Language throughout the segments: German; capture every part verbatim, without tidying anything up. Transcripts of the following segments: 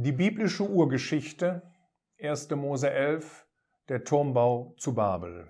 Die biblische Urgeschichte, erster Mose elf, der Turmbau zu Babel.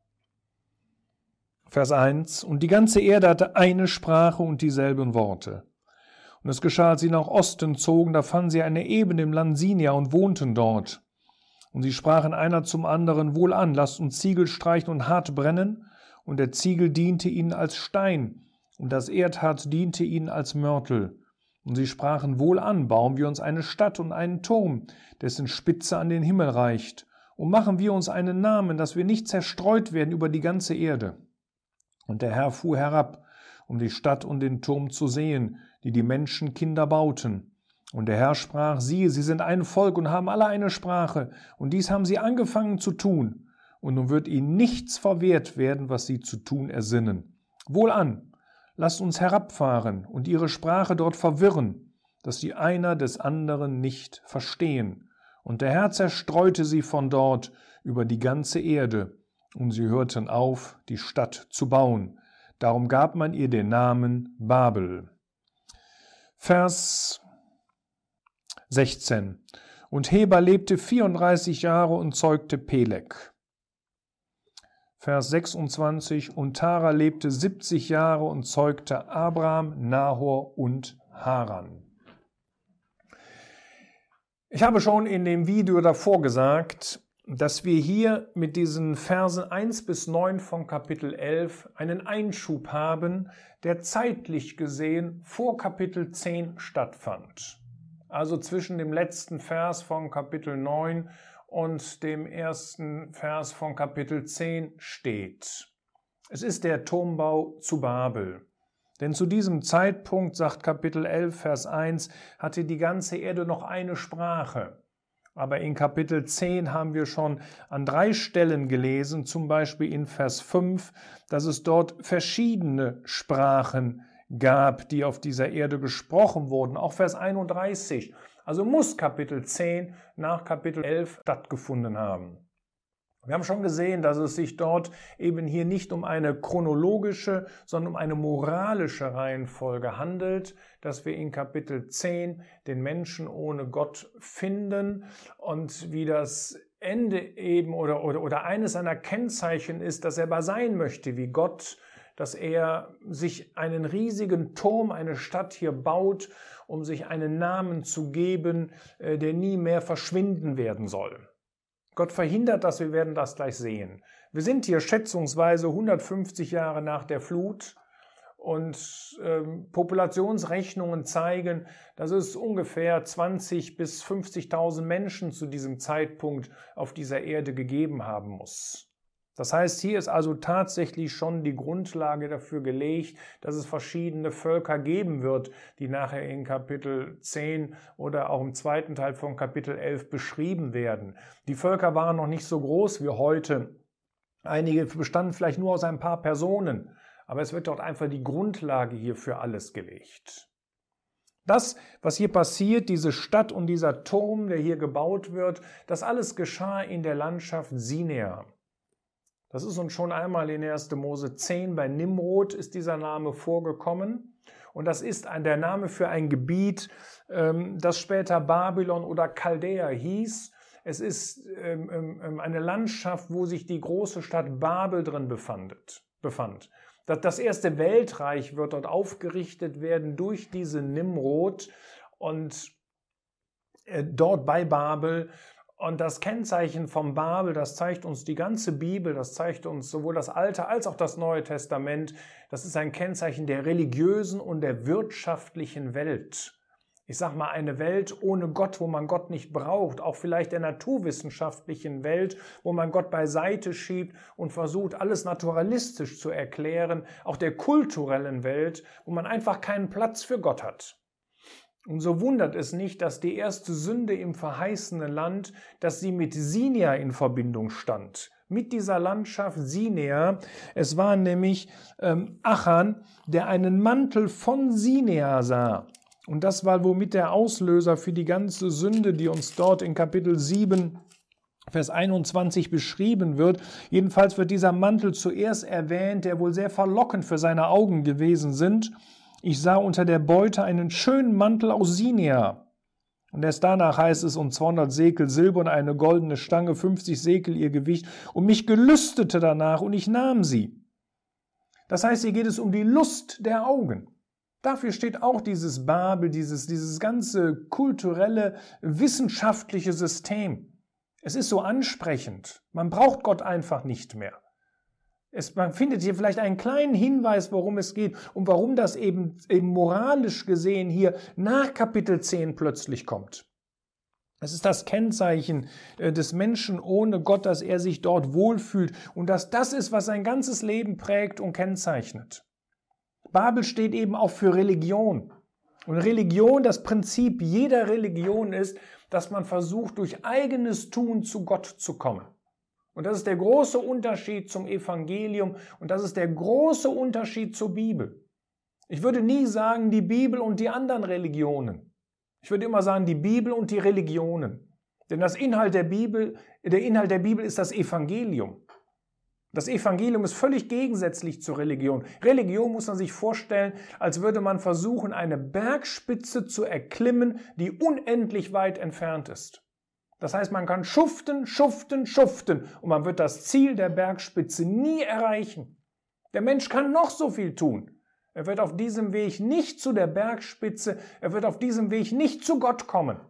Vers eins: Und die ganze Erde hatte eine Sprache und dieselben Worte. Und es geschah, als sie nach Osten zogen, da fanden sie eine Ebene im Land Sinai und wohnten dort. Und sie sprachen einer zum anderen: Wohlan, lasst uns Ziegel streichen und hart brennen. Und der Ziegel diente ihnen als Stein, und das Erdharz diente ihnen als Mörtel. Und sie sprachen: Wohlan, bauen wir uns eine Stadt und einen Turm, dessen Spitze an den Himmel reicht. Und machen wir uns einen Namen, dass wir nicht zerstreut werden über die ganze Erde. Und der Herr fuhr herab, um die Stadt und den Turm zu sehen, die die Menschenkinder bauten. Und der Herr sprach: Siehe, sie sind ein Volk und haben alle eine Sprache, und dies haben sie angefangen zu tun. Und nun wird ihnen nichts verwehrt werden, was sie zu tun ersinnen. Wohlan, lasst uns herabfahren und ihre Sprache dort verwirren, dass sie einer des anderen nicht verstehen. Und der Herr zerstreute sie von dort über die ganze Erde, und sie hörten auf, die Stadt zu bauen. Darum gab man ihr den Namen Babel. Vers sechzehn. Und Heber lebte vierunddreißig Jahre und zeugte Peleg. Vers sechsundzwanzig. Und Tara lebte siebzig Jahre und zeugte Abraham, Nahor und Haran. Ich habe schon in dem Video davor gesagt, dass wir hier mit diesen Versen eins bis neun von Kapitel elf einen Einschub haben, der zeitlich gesehen vor Kapitel zehn stattfand. Also zwischen dem letzten Vers von Kapitel neun und dem ersten Vers von Kapitel zehn steht. Es ist der Turmbau zu Babel. Denn zu diesem Zeitpunkt, sagt Kapitel elf, Vers eins, hatte die ganze Erde noch eine Sprache. Aber in Kapitel zehn haben wir schon an drei Stellen gelesen, zum Beispiel in Vers fünf, dass es dort verschiedene Sprachen gab, die auf dieser Erde gesprochen wurden. Auch Vers einunddreißig. Also muss Kapitel zehn nach Kapitel elf stattgefunden haben. Wir haben schon gesehen, dass es sich dort eben hier nicht um eine chronologische, sondern um eine moralische Reihenfolge handelt, dass wir in Kapitel zehn den Menschen ohne Gott finden und wie das Ende eben oder, oder, oder eines seiner Kennzeichen ist, dass er aber sein möchte wie Gott, dass er sich einen riesigen Turm, eine Stadt hier baut, um sich einen Namen zu geben, der nie mehr verschwinden werden soll. Gott verhindert das, wir werden das gleich sehen. Wir sind hier schätzungsweise hundertfünfzig Jahre nach der Flut und ähm, Populationsrechnungen zeigen, dass es ungefähr zwanzig bis fünfzigtausend Menschen zu diesem Zeitpunkt auf dieser Erde gegeben haben muss. Das heißt, hier ist also tatsächlich schon die Grundlage dafür gelegt, dass es verschiedene Völker geben wird, die nachher in Kapitel zehn oder auch im zweiten Teil von Kapitel elf beschrieben werden. Die Völker waren noch nicht so groß wie heute. Einige bestanden vielleicht nur aus ein paar Personen, aber es wird dort einfach die Grundlage hier für alles gelegt. Das, was hier passiert, diese Stadt und dieser Turm, der hier gebaut wird, das alles geschah in der Landschaft Sinai. Das ist uns schon einmal in erster Mose zehn, bei Nimrod ist dieser Name vorgekommen. Und das ist ein, der Name für ein Gebiet, ähm, das später Babylon oder Chaldea hieß. Es ist ähm, ähm, eine Landschaft, wo sich die große Stadt Babel drin befandet, befand. Das, das erste Weltreich wird dort aufgerichtet werden durch diese Nimrod und äh, dort bei Babel. Und das Kennzeichen von Babel, das zeigt uns die ganze Bibel, das zeigt uns sowohl das Alte als auch das Neue Testament. Das ist ein Kennzeichen der religiösen und der wirtschaftlichen Welt. Ich sag mal, eine Welt ohne Gott, wo man Gott nicht braucht, auch vielleicht der naturwissenschaftlichen Welt, wo man Gott beiseite schiebt und versucht, alles naturalistisch zu erklären, auch der kulturellen Welt, wo man einfach keinen Platz für Gott hat. Und so wundert es nicht, dass die erste Sünde im verheißenen Land, dass sie mit Sinai in Verbindung stand. Mit dieser Landschaft Sinai. Es war nämlich ähm, Achan, der einen Mantel von Sinai sah. Und das war womit der Auslöser für die ganze Sünde, die uns dort in Kapitel sieben, Vers einundzwanzig beschrieben wird. Jedenfalls wird dieser Mantel zuerst erwähnt, der wohl sehr verlockend für seine Augen gewesen sind. Ich sah unter der Beute einen schönen Mantel aus Sinai. Und erst danach heißt es, um zweihundert Sekel Silber und eine goldene Stange, fünfzig Sekel ihr Gewicht. Und mich gelüstete danach und ich nahm sie. Das heißt, hier geht es um die Lust der Augen. Dafür steht auch dieses Babel, dieses, dieses ganze kulturelle, wissenschaftliche System. Es ist so ansprechend. Man braucht Gott einfach nicht mehr. Es, man findet hier vielleicht einen kleinen Hinweis, worum es geht und warum das eben, eben moralisch gesehen hier nach Kapitel zehn plötzlich kommt. Es ist das Kennzeichen des Menschen ohne Gott, dass er sich dort wohlfühlt und dass das ist, was sein ganzes Leben prägt und kennzeichnet. Babel steht eben auch für Religion. Und Religion, das Prinzip jeder Religion ist, dass man versucht, durch eigenes Tun zu Gott zu kommen. Und das ist der große Unterschied zum Evangelium und das ist der große Unterschied zur Bibel. Ich würde nie sagen, die Bibel und die anderen Religionen. Ich würde immer sagen, die Bibel und die Religionen. Denn das Inhalt der Bibel, der Inhalt der Bibel ist das Evangelium. Das Evangelium ist völlig gegensätzlich zur Religion. Religion muss man sich vorstellen, als würde man versuchen, eine Bergspitze zu erklimmen, die unendlich weit entfernt ist. Das heißt, man kann schuften, schuften, schuften und man wird das Ziel der Bergspitze nie erreichen. Der Mensch kann noch so viel tun. Er wird auf diesem Weg nicht zu der Bergspitze, er wird auf diesem Weg nicht zu Gott kommen.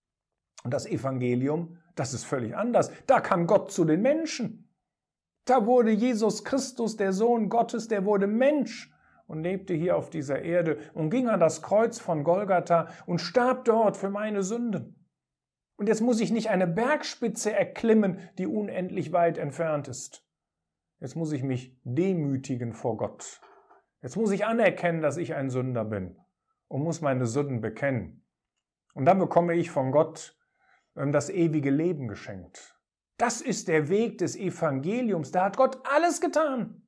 Und das Evangelium, das ist völlig anders. Da kam Gott zu den Menschen. Da wurde Jesus Christus, der Sohn Gottes, der wurde Mensch und lebte hier auf dieser Erde und ging an das Kreuz von Golgatha und starb dort für meine Sünden. Und jetzt muss ich nicht eine Bergspitze erklimmen, die unendlich weit entfernt ist. Jetzt muss ich mich demütigen vor Gott. Jetzt muss ich anerkennen, dass ich ein Sünder bin und muss meine Sünden bekennen. Und dann bekomme ich von Gott das ewige Leben geschenkt. Das ist der Weg des Evangeliums. Da hat Gott alles getan.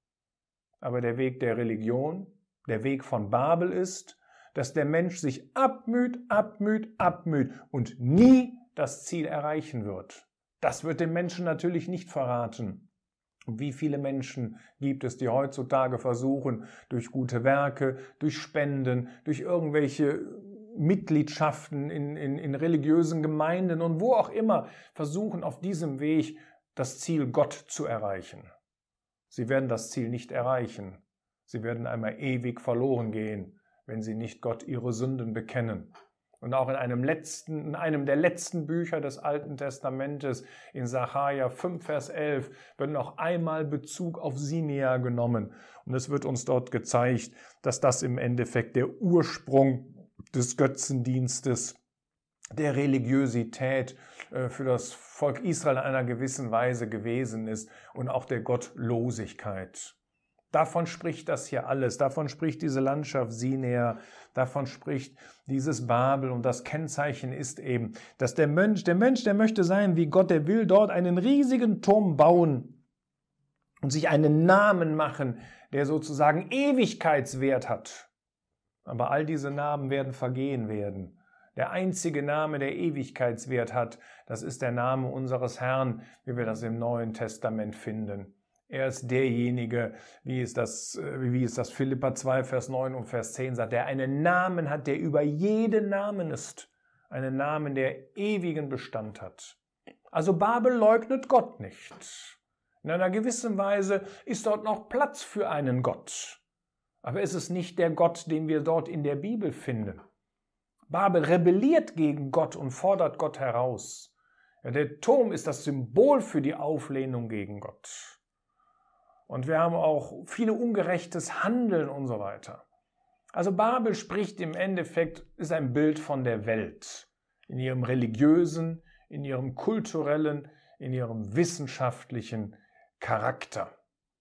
Aber der Weg der Religion, der Weg von Babel ist, dass der Mensch sich abmüht, abmüht, abmüht und nie das Ziel erreichen wird. Das wird dem Menschen natürlich nicht verraten. Und wie viele Menschen gibt es, die heutzutage versuchen, durch gute Werke, durch Spenden, durch irgendwelche Mitgliedschaften in, in, in religiösen Gemeinden und wo auch immer, versuchen auf diesem Weg das Ziel Gott zu erreichen. Sie werden das Ziel nicht erreichen. Sie werden einmal ewig verloren gehen, wenn sie nicht Gott ihre Sünden bekennen. Und auch in einem, letzten, in einem der letzten Bücher des Alten Testamentes, in Sacharja fünf, Vers elf, wird noch einmal Bezug auf Sinai genommen. Und es wird uns dort gezeigt, dass das im Endeffekt der Ursprung des Götzendienstes, der Religiosität für das Volk Israel in einer gewissen Weise gewesen ist und auch der Gottlosigkeit. Davon spricht das hier alles, davon spricht diese Landschaft Sinai, davon spricht dieses Babel und das Kennzeichen ist eben, dass der Mensch, der Mensch, der möchte sein wie Gott, der will dort einen riesigen Turm bauen und sich einen Namen machen, der sozusagen Ewigkeitswert hat. Aber all diese Namen werden vergehen werden. Der einzige Name, der Ewigkeitswert hat, das ist der Name unseres Herrn, wie wir das im Neuen Testament finden. Er ist derjenige, wie es das, wie es das Philipper zwei, Vers neun und Vers zehn sagt, der einen Namen hat, der über jeden Namen ist. Einen Namen, der ewigen Bestand hat. Also Babel leugnet Gott nicht. In einer gewissen Weise ist dort noch Platz für einen Gott. Aber es ist nicht der Gott, den wir dort in der Bibel finden. Babel rebelliert gegen Gott und fordert Gott heraus. Ja, der Turm ist das Symbol für die Auflehnung gegen Gott. Und wir haben auch viele ungerechtes Handeln und so weiter. Also Babel spricht im Endeffekt, ist ein Bild von der Welt. In ihrem religiösen, in ihrem kulturellen, in ihrem wissenschaftlichen Charakter.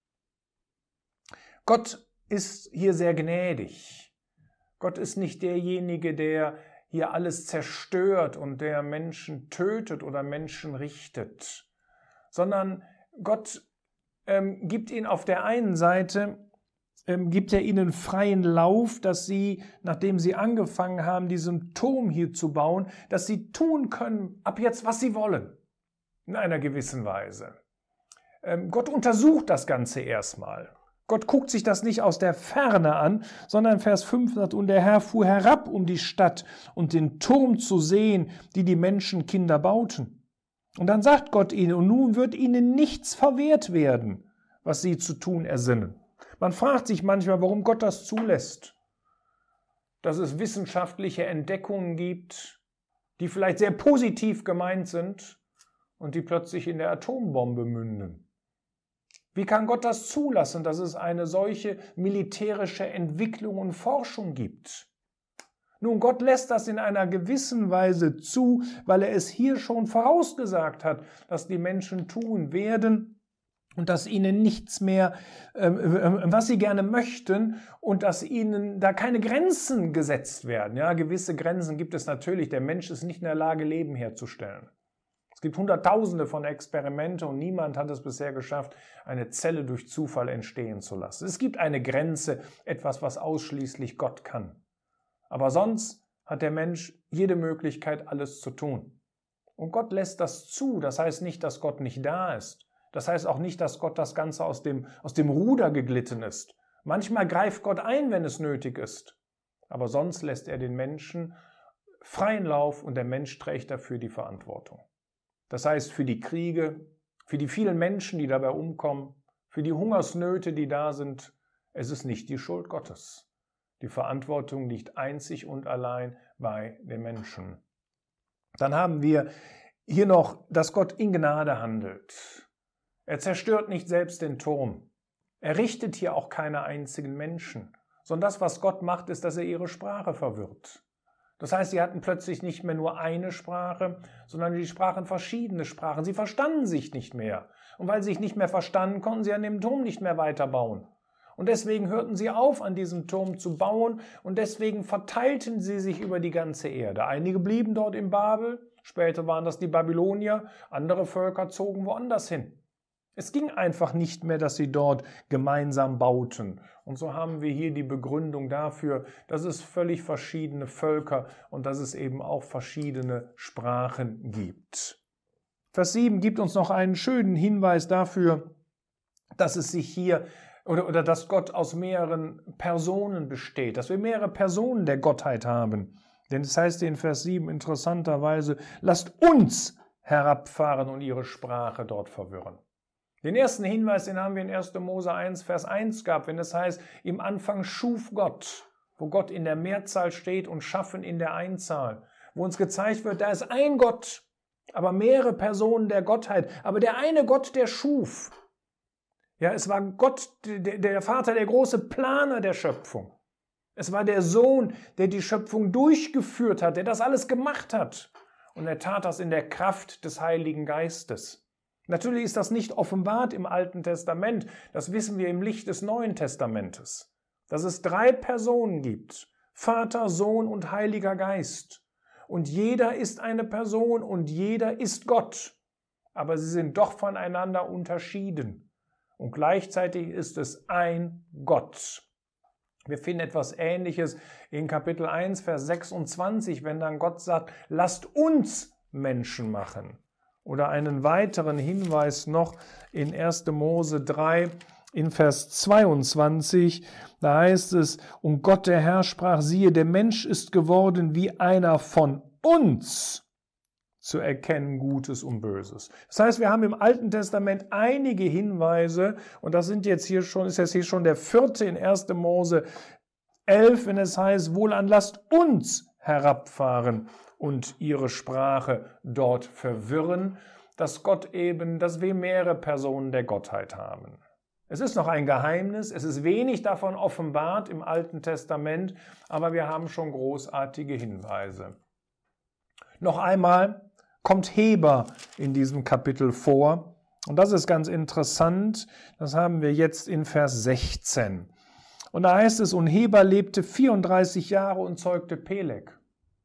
Gott ist hier sehr gnädig. Gott ist nicht derjenige, der hier alles zerstört und der Menschen tötet oder Menschen richtet, sondern Gott ähm, gibt ihnen auf der einen Seite, ähm, gibt er ihnen freien Lauf, dass sie, nachdem sie angefangen haben, diesen Turm hier zu bauen, dass sie tun können, ab jetzt, was sie wollen, in einer gewissen Weise. Ähm, Gott untersucht das Ganze erstmal. Gott guckt sich das nicht aus der Ferne an, sondern Vers fünf sagt, und der Herr fuhr herab, um die Stadt und den Turm zu sehen, die die Menschenkinder bauten. Und dann sagt Gott ihnen, und nun wird ihnen nichts verwehrt werden, was sie zu tun ersinnen. Man fragt sich manchmal, warum Gott das zulässt, dass es wissenschaftliche Entdeckungen gibt, die vielleicht sehr positiv gemeint sind und die plötzlich in der Atombombe münden. Wie kann Gott das zulassen, dass es eine solche militärische Entwicklung und Forschung gibt? Nun, Gott lässt das in einer gewissen Weise zu, weil er es hier schon vorausgesagt hat, dass die Menschen tun werden und dass ihnen nichts mehr, äh, was sie gerne möchten und dass ihnen da keine Grenzen gesetzt werden. Ja, gewisse Grenzen gibt es natürlich. Der Mensch ist nicht in der Lage, Leben herzustellen. Es gibt Hunderttausende von Experimente und niemand hat es bisher geschafft, eine Zelle durch Zufall entstehen zu lassen. Es gibt eine Grenze, etwas, was ausschließlich Gott kann. Aber sonst hat der Mensch jede Möglichkeit, alles zu tun. Und Gott lässt das zu. Das heißt nicht, dass Gott nicht da ist. Das heißt auch nicht, dass Gott das Ganze aus dem, aus dem Ruder geglitten ist. Manchmal greift Gott ein, wenn es nötig ist. Aber sonst lässt er den Menschen freien Lauf und der Mensch trägt dafür die Verantwortung. Das heißt, für die Kriege, für die vielen Menschen, die dabei umkommen, für die Hungersnöte, die da sind, es ist nicht die Schuld Gottes. Die Verantwortung liegt einzig und allein bei den Menschen. Dann haben wir hier noch, dass Gott in Gnade handelt. Er zerstört nicht selbst den Turm. Er richtet hier auch keine einzigen Menschen, sondern das, was Gott macht, ist, dass er ihre Sprache verwirrt. Das heißt, sie hatten plötzlich nicht mehr nur eine Sprache, sondern sie sprachen verschiedene Sprachen. Sie verstanden sich nicht mehr. Und weil sie sich nicht mehr verstanden, konnten sie an dem Turm nicht mehr weiterbauen. Und deswegen hörten sie auf, an diesem Turm zu bauen und deswegen verteilten sie sich über die ganze Erde. Einige blieben dort in Babel, später waren das die Babylonier, andere Völker zogen woanders hin. Es ging einfach nicht mehr, dass sie dort gemeinsam bauten. Und so haben wir hier die Begründung dafür, dass es völlig verschiedene Völker und dass es eben auch verschiedene Sprachen gibt. Vers sieben gibt uns noch einen schönen Hinweis dafür, dass es sich hier oder, oder dass Gott aus mehreren Personen besteht, dass wir mehrere Personen der Gottheit haben. Denn es heißt in Vers sieben interessanterweise, lasst uns herabfahren und ihre Sprache dort verwirren. Den ersten Hinweis, den haben wir in erster Mose eins, Vers eins gehabt, wenn es heißt, im Anfang schuf Gott, wo Gott in der Mehrzahl steht und schaffen in der Einzahl, wo uns gezeigt wird, da ist ein Gott, aber mehrere Personen der Gottheit, aber der eine Gott, der schuf. Ja, es war Gott, der, der Vater, der große Planer der Schöpfung. Es war der Sohn, der die Schöpfung durchgeführt hat, der das alles gemacht hat. Und er tat das in der Kraft des Heiligen Geistes. Natürlich ist das nicht offenbart im Alten Testament, das wissen wir im Licht des Neuen Testamentes, dass es drei Personen gibt, Vater, Sohn und Heiliger Geist. Und jeder ist eine Person und jeder ist Gott, aber sie sind doch voneinander unterschieden. Und gleichzeitig ist es ein Gott. Wir finden etwas Ähnliches in Kapitel eins, Vers sechsundzwanzig, wenn dann Gott sagt, lasst uns Menschen machen. Oder einen weiteren Hinweis noch in erster Mose drei, in Vers zweiundzwanzig, da heißt es, und Gott der Herr sprach, siehe, der Mensch ist geworden wie einer von uns, zu erkennen Gutes und Böses. Das heißt, wir haben im Alten Testament einige Hinweise, und das sind jetzt hier schon, ist jetzt hier schon der vierte in erster Mose elf, wenn es heißt, wohlan lasst uns herabfahren und ihre Sprache dort verwirren, dass Gott eben, dass wir mehrere Personen der Gottheit haben. Es ist noch ein Geheimnis, es ist wenig davon offenbart im Alten Testament, aber wir haben schon großartige Hinweise. Noch einmal kommt Heber in diesem Kapitel vor und das ist ganz interessant, das haben wir jetzt in Vers sechzehn. Und da heißt es, und Heber lebte vierunddreißig Jahre und zeugte Peleg.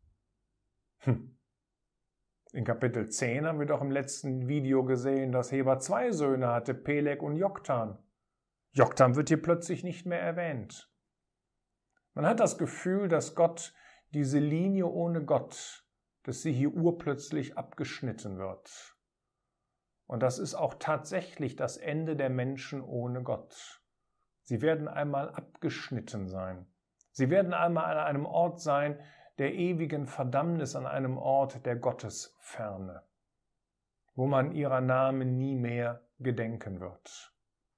Hm. In Kapitel zehn haben wir doch im letzten Video gesehen, dass Heber zwei Söhne hatte, Peleg und Joktan. Joktan wird hier plötzlich nicht mehr erwähnt. Man hat das Gefühl, dass Gott diese Linie ohne Gott, dass sie hier urplötzlich abgeschnitten wird. Und das ist auch tatsächlich das Ende der Menschen ohne Gott. Sie werden einmal abgeschnitten sein. Sie werden einmal an einem Ort sein der ewigen Verdammnis, an einem Ort der Gottesferne, wo man ihrer Namen nie mehr gedenken wird.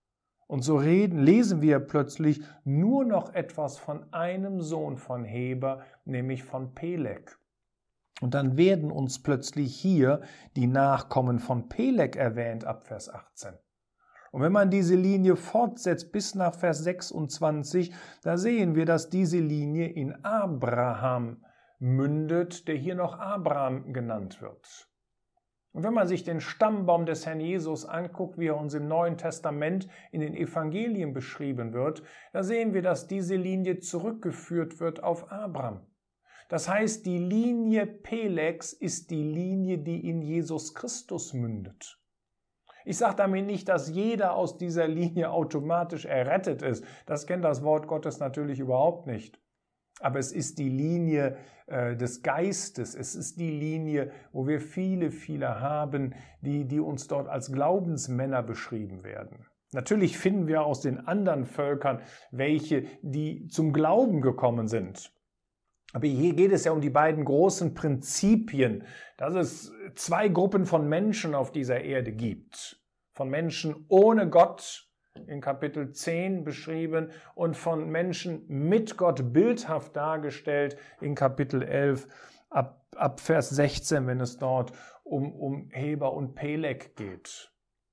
Und so reden, lesen wir plötzlich nur noch etwas von einem Sohn von Heber, nämlich von Peleg. Und dann werden uns plötzlich hier die Nachkommen von Peleg erwähnt ab Vers achtzehn. Und wenn man diese Linie fortsetzt bis nach Vers sechsundzwanzig, da sehen wir, dass diese Linie in Abraham mündet, der hier noch Abraham genannt wird. Und wenn man sich den Stammbaum des Herrn Jesus anguckt, wie er uns im Neuen Testament in den Evangelien beschrieben wird, da sehen wir, dass diese Linie zurückgeführt wird auf Abraham. Das heißt, die Linie Pelegs ist die Linie, die in Jesus Christus mündet. Ich sage damit nicht, dass jeder aus dieser Linie automatisch errettet ist. Das kennt das Wort Gottes natürlich überhaupt nicht. Aber es ist die Linie äh, des Geistes, es ist die Linie, wo wir viele, viele haben, die, die uns dort als Glaubensmänner beschrieben werden. Natürlich finden wir aus den anderen Völkern welche, die zum Glauben gekommen sind. Aber hier geht es ja um die beiden großen Prinzipien, dass es zwei Gruppen von Menschen auf dieser Erde gibt. Von Menschen ohne Gott, in Kapitel zehn beschrieben, und von Menschen mit Gott bildhaft dargestellt in Kapitel elf, ab, ab Vers sechzehn, wenn es dort um, um Heber und Peleg geht.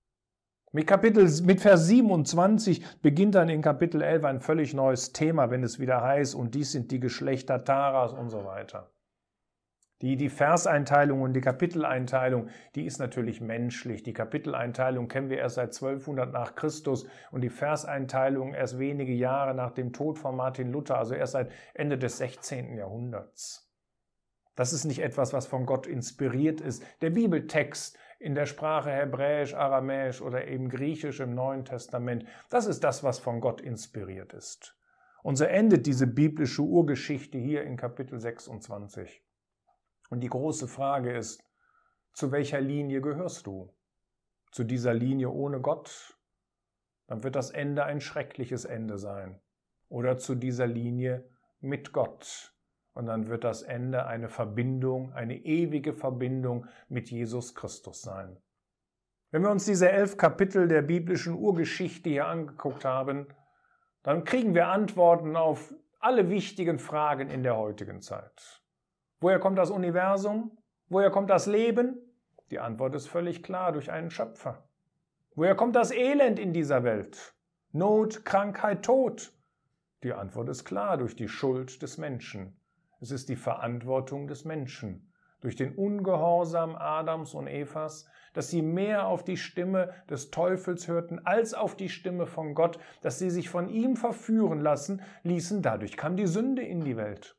Mit, Kapitel, mit Vers siebenundzwanzig beginnt dann in Kapitel elf ein völlig neues Thema, wenn es wieder heißt, und dies sind die Geschlechter Taras und so weiter. Die, die Verseinteilung und die Kapiteleinteilung, die ist natürlich menschlich. Die Kapiteleinteilung kennen wir erst seit zwölfhundert nach Christus und die Verseinteilung erst wenige Jahre nach dem Tod von Martin Luther, also erst seit Ende des sechzehnten Jahrhunderts. Das ist nicht etwas, was von Gott inspiriert ist. Der Bibeltext in der Sprache Hebräisch, Aramäisch oder eben Griechisch im Neuen Testament, das ist das, was von Gott inspiriert ist. Und so endet diese biblische Urgeschichte hier in Kapitel sechsundzwanzig. Und die große Frage ist, zu welcher Linie gehörst du? Zu dieser Linie ohne Gott? Dann wird das Ende ein schreckliches Ende sein. Oder zu dieser Linie mit Gott? Und dann wird das Ende eine Verbindung, eine ewige Verbindung mit Jesus Christus sein. Wenn wir uns diese elf Kapitel der biblischen Urgeschichte hier angeguckt haben, dann kriegen wir Antworten auf alle wichtigen Fragen in der heutigen Zeit. Woher kommt das Universum? Woher kommt das Leben? Die Antwort ist völlig klar, durch einen Schöpfer. Woher kommt das Elend in dieser Welt? Not, Krankheit, Tod? Die Antwort ist klar, durch die Schuld des Menschen. Es ist die Verantwortung des Menschen, durch den Ungehorsam Adams und Evas, dass sie mehr auf die Stimme des Teufels hörten als auf die Stimme von Gott, dass sie sich von ihm verführen lassen ließen. Dadurch kam die Sünde in die Welt.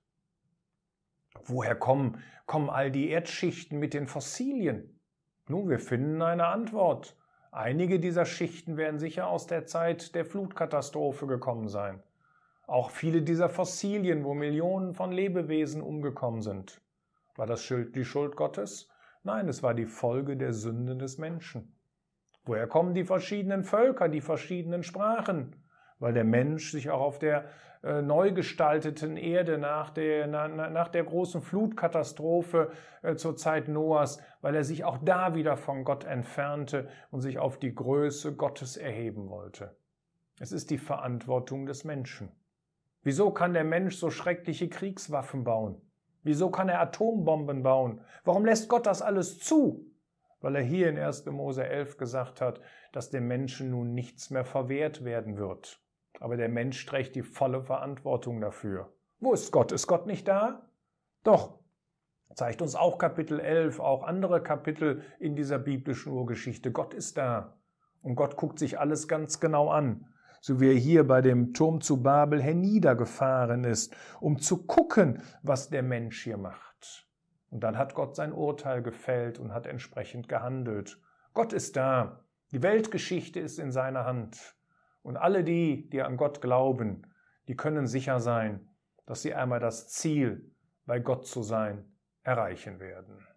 Woher kommen, kommen all die Erdschichten mit den Fossilien? Nun, wir finden eine Antwort. Einige dieser Schichten werden sicher aus der Zeit der Flutkatastrophe gekommen sein. Auch viele dieser Fossilien, wo Millionen von Lebewesen umgekommen sind. War das die Schuld Gottes? Nein, es war die Folge der Sünde des Menschen. Woher kommen die verschiedenen Völker, die verschiedenen Sprachen? Weil der Mensch sich auch auf der äh, neu gestalteten Erde nach der, na, nach der großen Flutkatastrophe äh, zur Zeit Noahs, weil er sich auch da wieder von Gott entfernte und sich auf die Größe Gottes erheben wollte. Es ist die Verantwortung des Menschen. Wieso kann der Mensch so schreckliche Kriegswaffen bauen? Wieso kann er Atombomben bauen? Warum lässt Gott das alles zu? Weil er hier in erster Mose elf gesagt hat, dass dem Menschen nun nichts mehr verwehrt werden wird. Aber der Mensch trägt die volle Verantwortung dafür. Wo ist Gott? Ist Gott nicht da? Doch, zeigt uns auch Kapitel elf, auch andere Kapitel in dieser biblischen Urgeschichte. Gott ist da und Gott guckt sich alles ganz genau an. So wie er hier bei dem Turm zu Babel herniedergefahren ist, um zu gucken, was der Mensch hier macht. Und dann hat Gott sein Urteil gefällt und hat entsprechend gehandelt. Gott ist da. Die Weltgeschichte ist in seiner Hand. Und alle die, die an Gott glauben, die können sicher sein, dass sie einmal das Ziel, bei Gott zu sein, erreichen werden.